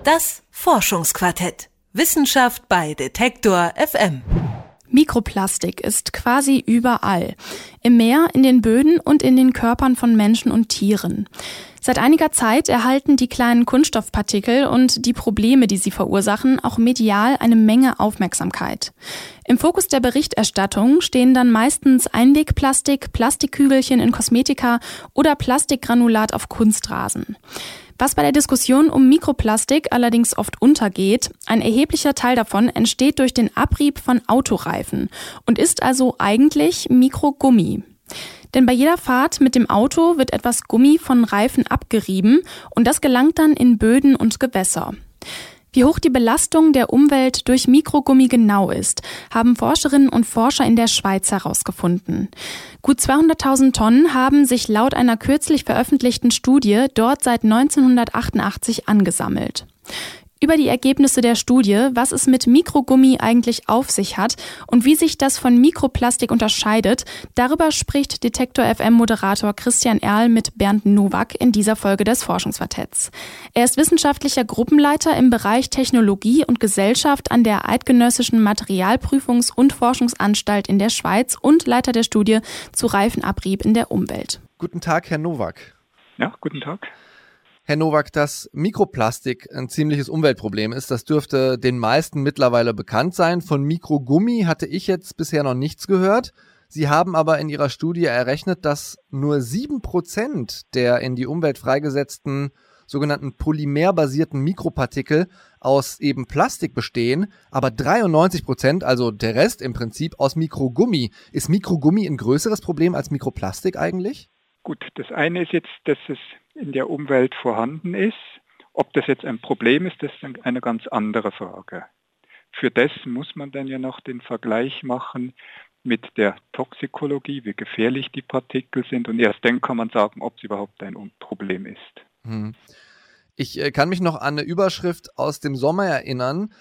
Das Forschungsquartett. Wissenschaft bei Detektor FM. Mikroplastik ist quasi überall. Im Meer, in den Böden und in den Körpern von Menschen und Tieren. Seit einiger Zeit erhalten die kleinen Kunststoffpartikel und die Probleme, die sie verursachen, auch medial eine Menge Aufmerksamkeit. Im Fokus der Berichterstattung stehen dann meistens Einwegplastik, Plastikkügelchen in Kosmetika oder Plastikgranulat auf Kunstrasen. Was bei der Diskussion um Mikroplastik allerdings oft untergeht, ein erheblicher Teil davon entsteht durch den Abrieb von Autoreifen und ist also eigentlich Mikrogummi. Denn bei jeder Fahrt mit dem Auto wird etwas Gummi von Reifen abgerieben und das gelangt dann in Böden und Gewässer. Wie hoch die Belastung der Umwelt durch Mikrogummi genau ist, haben Forscherinnen und Forscher in der Schweiz herausgefunden. Gut 200.000 Tonnen haben sich laut einer kürzlich veröffentlichten Studie dort seit 1988 angesammelt. Über die Ergebnisse der Studie, was es mit Mikrogummi eigentlich auf sich hat und wie sich das von Mikroplastik unterscheidet, darüber spricht Detektor FM-Moderator Christian Erl mit Bernd Nowak in dieser Folge des Forschungsquartetts. Er ist wissenschaftlicher Gruppenleiter im Bereich Technologie und Gesellschaft an der Eidgenössischen Materialprüfungs- und Forschungsanstalt in der Schweiz und Leiter der Studie zu Reifenabrieb in der Umwelt. Guten Tag, Herr Nowak. Ja, guten Tag. Herr Nowak, dass Mikroplastik ein ziemliches Umweltproblem ist, das dürfte den meisten mittlerweile bekannt sein. Von Mikrogummi hatte ich jetzt bisher noch nichts gehört. Sie haben aber in Ihrer Studie errechnet, dass nur 7% der in die Umwelt freigesetzten sogenannten polymerbasierten Mikropartikel aus eben Plastik bestehen, aber 93%, also der Rest im Prinzip, aus Mikrogummi. Ist Mikrogummi ein größeres Problem als Mikroplastik eigentlich? Gut, das eine ist jetzt, dass es in der Umwelt vorhanden ist. Ob das jetzt ein Problem ist, das ist dann eine ganz andere Frage. Für das muss man dann ja noch den Vergleich machen mit der Toxikologie, wie gefährlich die Partikel sind, und erst dann kann man sagen, ob es überhaupt ein Problem ist. Ich kann mich noch an eine Überschrift aus dem Sommer erinnern.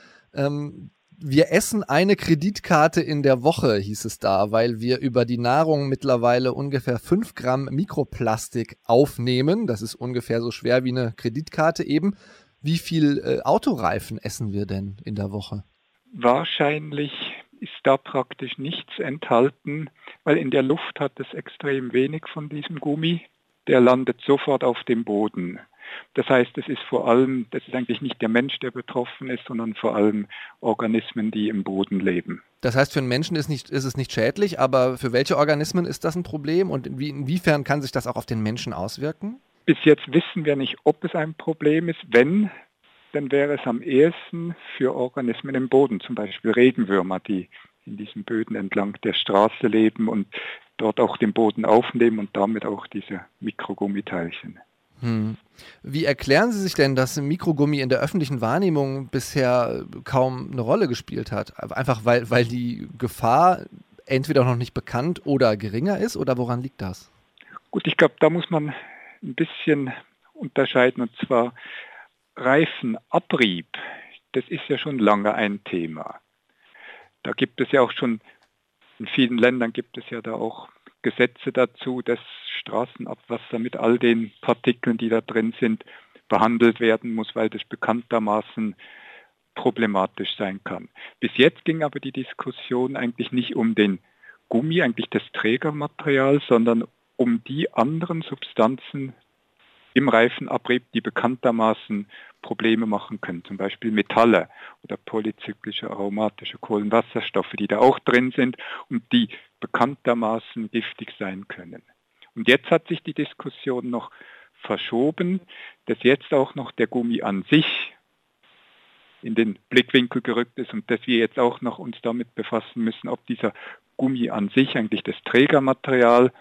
Wir essen eine Kreditkarte in der Woche, hieß es da, weil wir über die Nahrung mittlerweile ungefähr 5 Gramm Mikroplastik aufnehmen. Das ist ungefähr so schwer wie eine Kreditkarte eben. Wie viel Autoreifen essen wir denn in der Woche? Wahrscheinlich ist da praktisch nichts enthalten, weil in der Luft hat es extrem wenig von diesem Gummi. Der landet sofort auf dem Boden. Das heißt, das ist eigentlich nicht der Mensch, der betroffen ist, sondern vor allem Organismen, die im Boden leben. Das heißt, für einen Menschen ist es nicht schädlich, aber für welche Organismen ist das ein Problem und inwiefern kann sich das auch auf den Menschen auswirken? Bis jetzt wissen wir nicht, ob es ein Problem ist. Wenn, dann wäre es am ehesten für Organismen im Boden, zum Beispiel Regenwürmer, die in diesen Böden entlang der Straße leben und dort auch den Boden aufnehmen und damit auch diese Mikrogummitteilchen. Wie erklären Sie sich denn, dass Mikrogummi in der öffentlichen Wahrnehmung bisher kaum eine Rolle gespielt hat? Einfach weil die Gefahr entweder noch nicht bekannt oder geringer ist, oder woran liegt das? Gut, ich glaube, da muss man ein bisschen unterscheiden, und zwar Reifenabrieb. Das ist ja schon lange ein Thema. Da gibt es ja auch schon, in vielen Ländern gibt es ja da auch Gesetze dazu, dass Straßenabwasser mit all den Partikeln, die da drin sind, behandelt werden muss, weil das bekanntermaßen problematisch sein kann. Bis jetzt ging aber die Diskussion eigentlich nicht um den Gummi, eigentlich das Trägermaterial, sondern um die anderen Substanzen im Reifenabrieb, die bekanntermaßen Probleme machen können, zum Beispiel Metalle oder polyzyklische aromatische Kohlenwasserstoffe, die da auch drin sind und die bekanntermaßen giftig sein können. Und jetzt hat sich die Diskussion noch verschoben, dass jetzt auch noch der Gummi an sich in den Blickwinkel gerückt ist und dass wir jetzt auch noch uns damit befassen müssen, ob dieser Gummi an sich, eigentlich das Trägermaterial,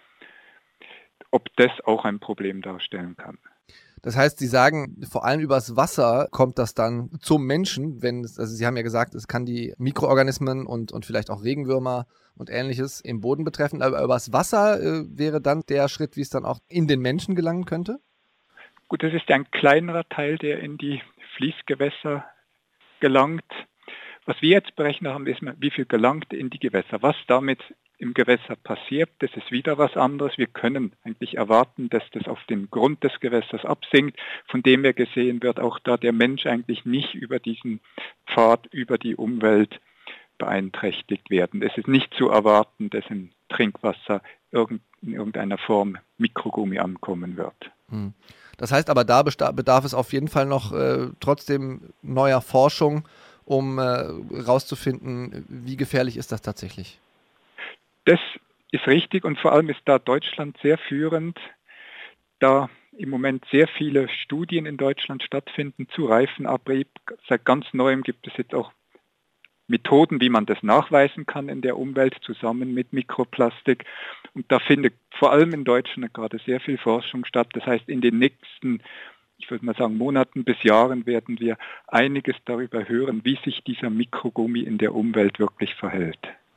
ob das auch ein Problem darstellen kann. Das heißt, Sie sagen, vor allem übers Wasser kommt das dann zum Menschen, also Sie haben ja gesagt, es kann die Mikroorganismen und vielleicht auch Regenwürmer und Ähnliches im Boden betreffen, aber übers Wasser wäre dann der Schritt, wie es dann auch in den Menschen gelangen könnte? Gut, das ist ein kleinerer Teil, der in die Fließgewässer gelangt. Was wir jetzt berechnet haben, ist, wie viel gelangt in die Gewässer. Was damit im Gewässer passiert, das ist wieder was anderes. Wir können eigentlich erwarten, dass das auf den Grund des Gewässers absinkt, von dem her gesehen wird auch da der Mensch eigentlich nicht über diesen Pfad, über die Umwelt beeinträchtigt werden. Es ist nicht zu erwarten, dass im Trinkwasser in irgendeiner Form Mikrogummi ankommen wird. Das heißt aber, da bedarf es auf jeden Fall noch trotzdem neuer Forschung, um herauszufinden, wie gefährlich ist das tatsächlich? Das ist richtig und vor allem ist da Deutschland sehr führend, da im Moment sehr viele Studien in Deutschland stattfinden zu Reifenabrieb. Seit ganz Neuem gibt es jetzt auch Methoden, wie man das nachweisen kann in der Umwelt, zusammen mit Mikroplastik. Und da findet vor allem in Deutschland gerade sehr viel Forschung statt. Das heißt, in den nächsten, ich würde mal sagen, Monaten bis Jahren werden wir einiges darüber hören, wie sich dieser Mikrogummi in der Umwelt wirklich verhält.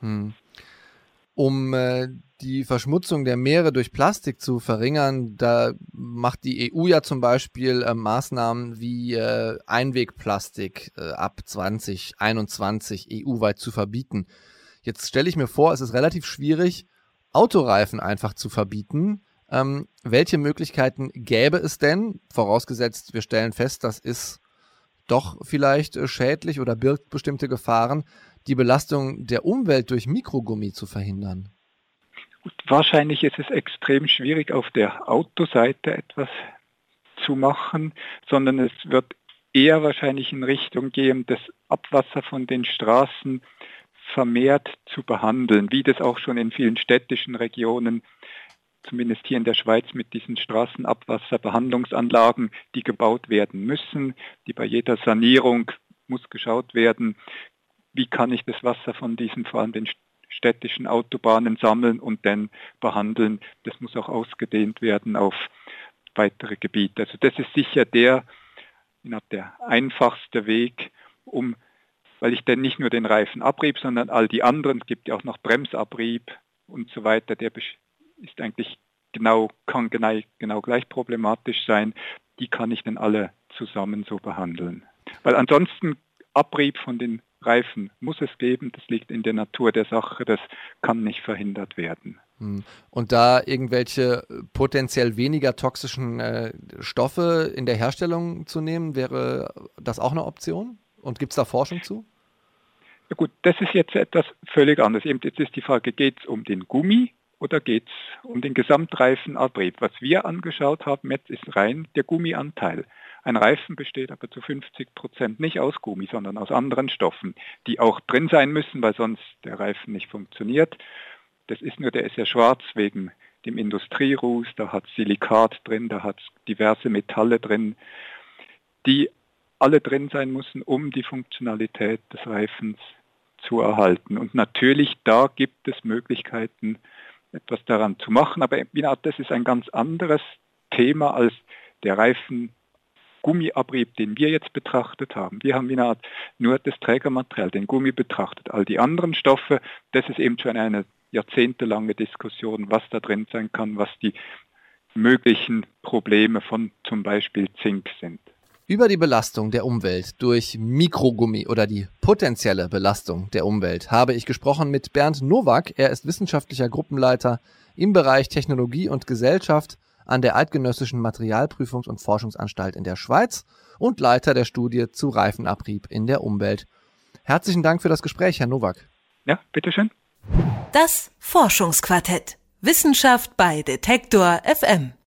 Um die Verschmutzung der Meere durch Plastik zu verringern, da macht die EU ja zum Beispiel Maßnahmen wie Einwegplastik ab 2021 EU-weit zu verbieten. Jetzt stelle ich mir vor, es ist relativ schwierig, Autoreifen einfach zu verbieten. Welche Möglichkeiten gäbe es denn, vorausgesetzt wir stellen fest, das ist doch vielleicht schädlich oder birgt bestimmte Gefahren, die Belastung der Umwelt durch Mikrogummi zu verhindern? Gut, wahrscheinlich ist es extrem schwierig, auf der Autoseite etwas zu machen, sondern es wird eher wahrscheinlich in Richtung gehen, das Abwasser von den Straßen vermehrt zu behandeln, wie das auch schon in vielen städtischen Regionen, zumindest hier in der Schweiz mit diesen Straßenabwasserbehandlungsanlagen, die gebaut werden müssen, die bei jeder Sanierung muss geschaut werden, wie kann ich das Wasser von diesen vor allem den städtischen Autobahnen sammeln und dann behandeln. Das muss auch ausgedehnt werden auf weitere Gebiete. Also das ist sicher der einfachste Weg, weil ich dann nicht nur den Reifenabrieb, sondern all die anderen, es gibt ja auch noch Bremsabrieb und so weiter, der ist eigentlich kann genau gleich problematisch sein. Die kann ich dann alle zusammen so behandeln. Weil ansonsten Abrieb von den Reifen muss es geben, das liegt in der Natur der Sache, das kann nicht verhindert werden. Und da irgendwelche potenziell weniger toxischen Stoffe in der Herstellung zu nehmen, wäre das auch eine Option? Und gibt es da Forschung zu? Ja gut, das ist jetzt etwas völlig anderes. Jetzt ist die Frage, geht es um den Gummi oder geht es um den Gesamtreifenabrieb? Was wir angeschaut haben jetzt ist rein der Gummianteil. Ein Reifen besteht aber zu 50% nicht aus Gummi, sondern aus anderen Stoffen, die auch drin sein müssen, weil sonst der Reifen nicht funktioniert. Der ist ja schwarz wegen dem Industrieruß, da hat Silikat drin, da hat diverse Metalle drin, die alle drin sein müssen, um die Funktionalität des Reifens zu erhalten. Und natürlich, da gibt es Möglichkeiten, etwas daran zu machen, aber das ist ein ganz anderes Thema als der Gummiabrieb, den wir jetzt betrachtet haben. Wir haben nur das Trägermaterial, den Gummi betrachtet. All die anderen Stoffe, das ist eben schon eine jahrzehntelange Diskussion, was da drin sein kann, was die möglichen Probleme von zum Beispiel Zink sind. Über die Belastung der Umwelt durch Mikrogummi oder die potenzielle Belastung der Umwelt habe ich gesprochen mit Bernd Nowak. Er ist wissenschaftlicher Gruppenleiter im Bereich Technologie und Gesellschaft an der Eidgenössischen Materialprüfungs- und Forschungsanstalt in der Schweiz und Leiter der Studie zu Reifenabrieb in der Umwelt. Herzlichen Dank für das Gespräch, Herr Nowak. Ja, bitteschön. Das Forschungsquartett. Wissenschaft bei Detektor FM.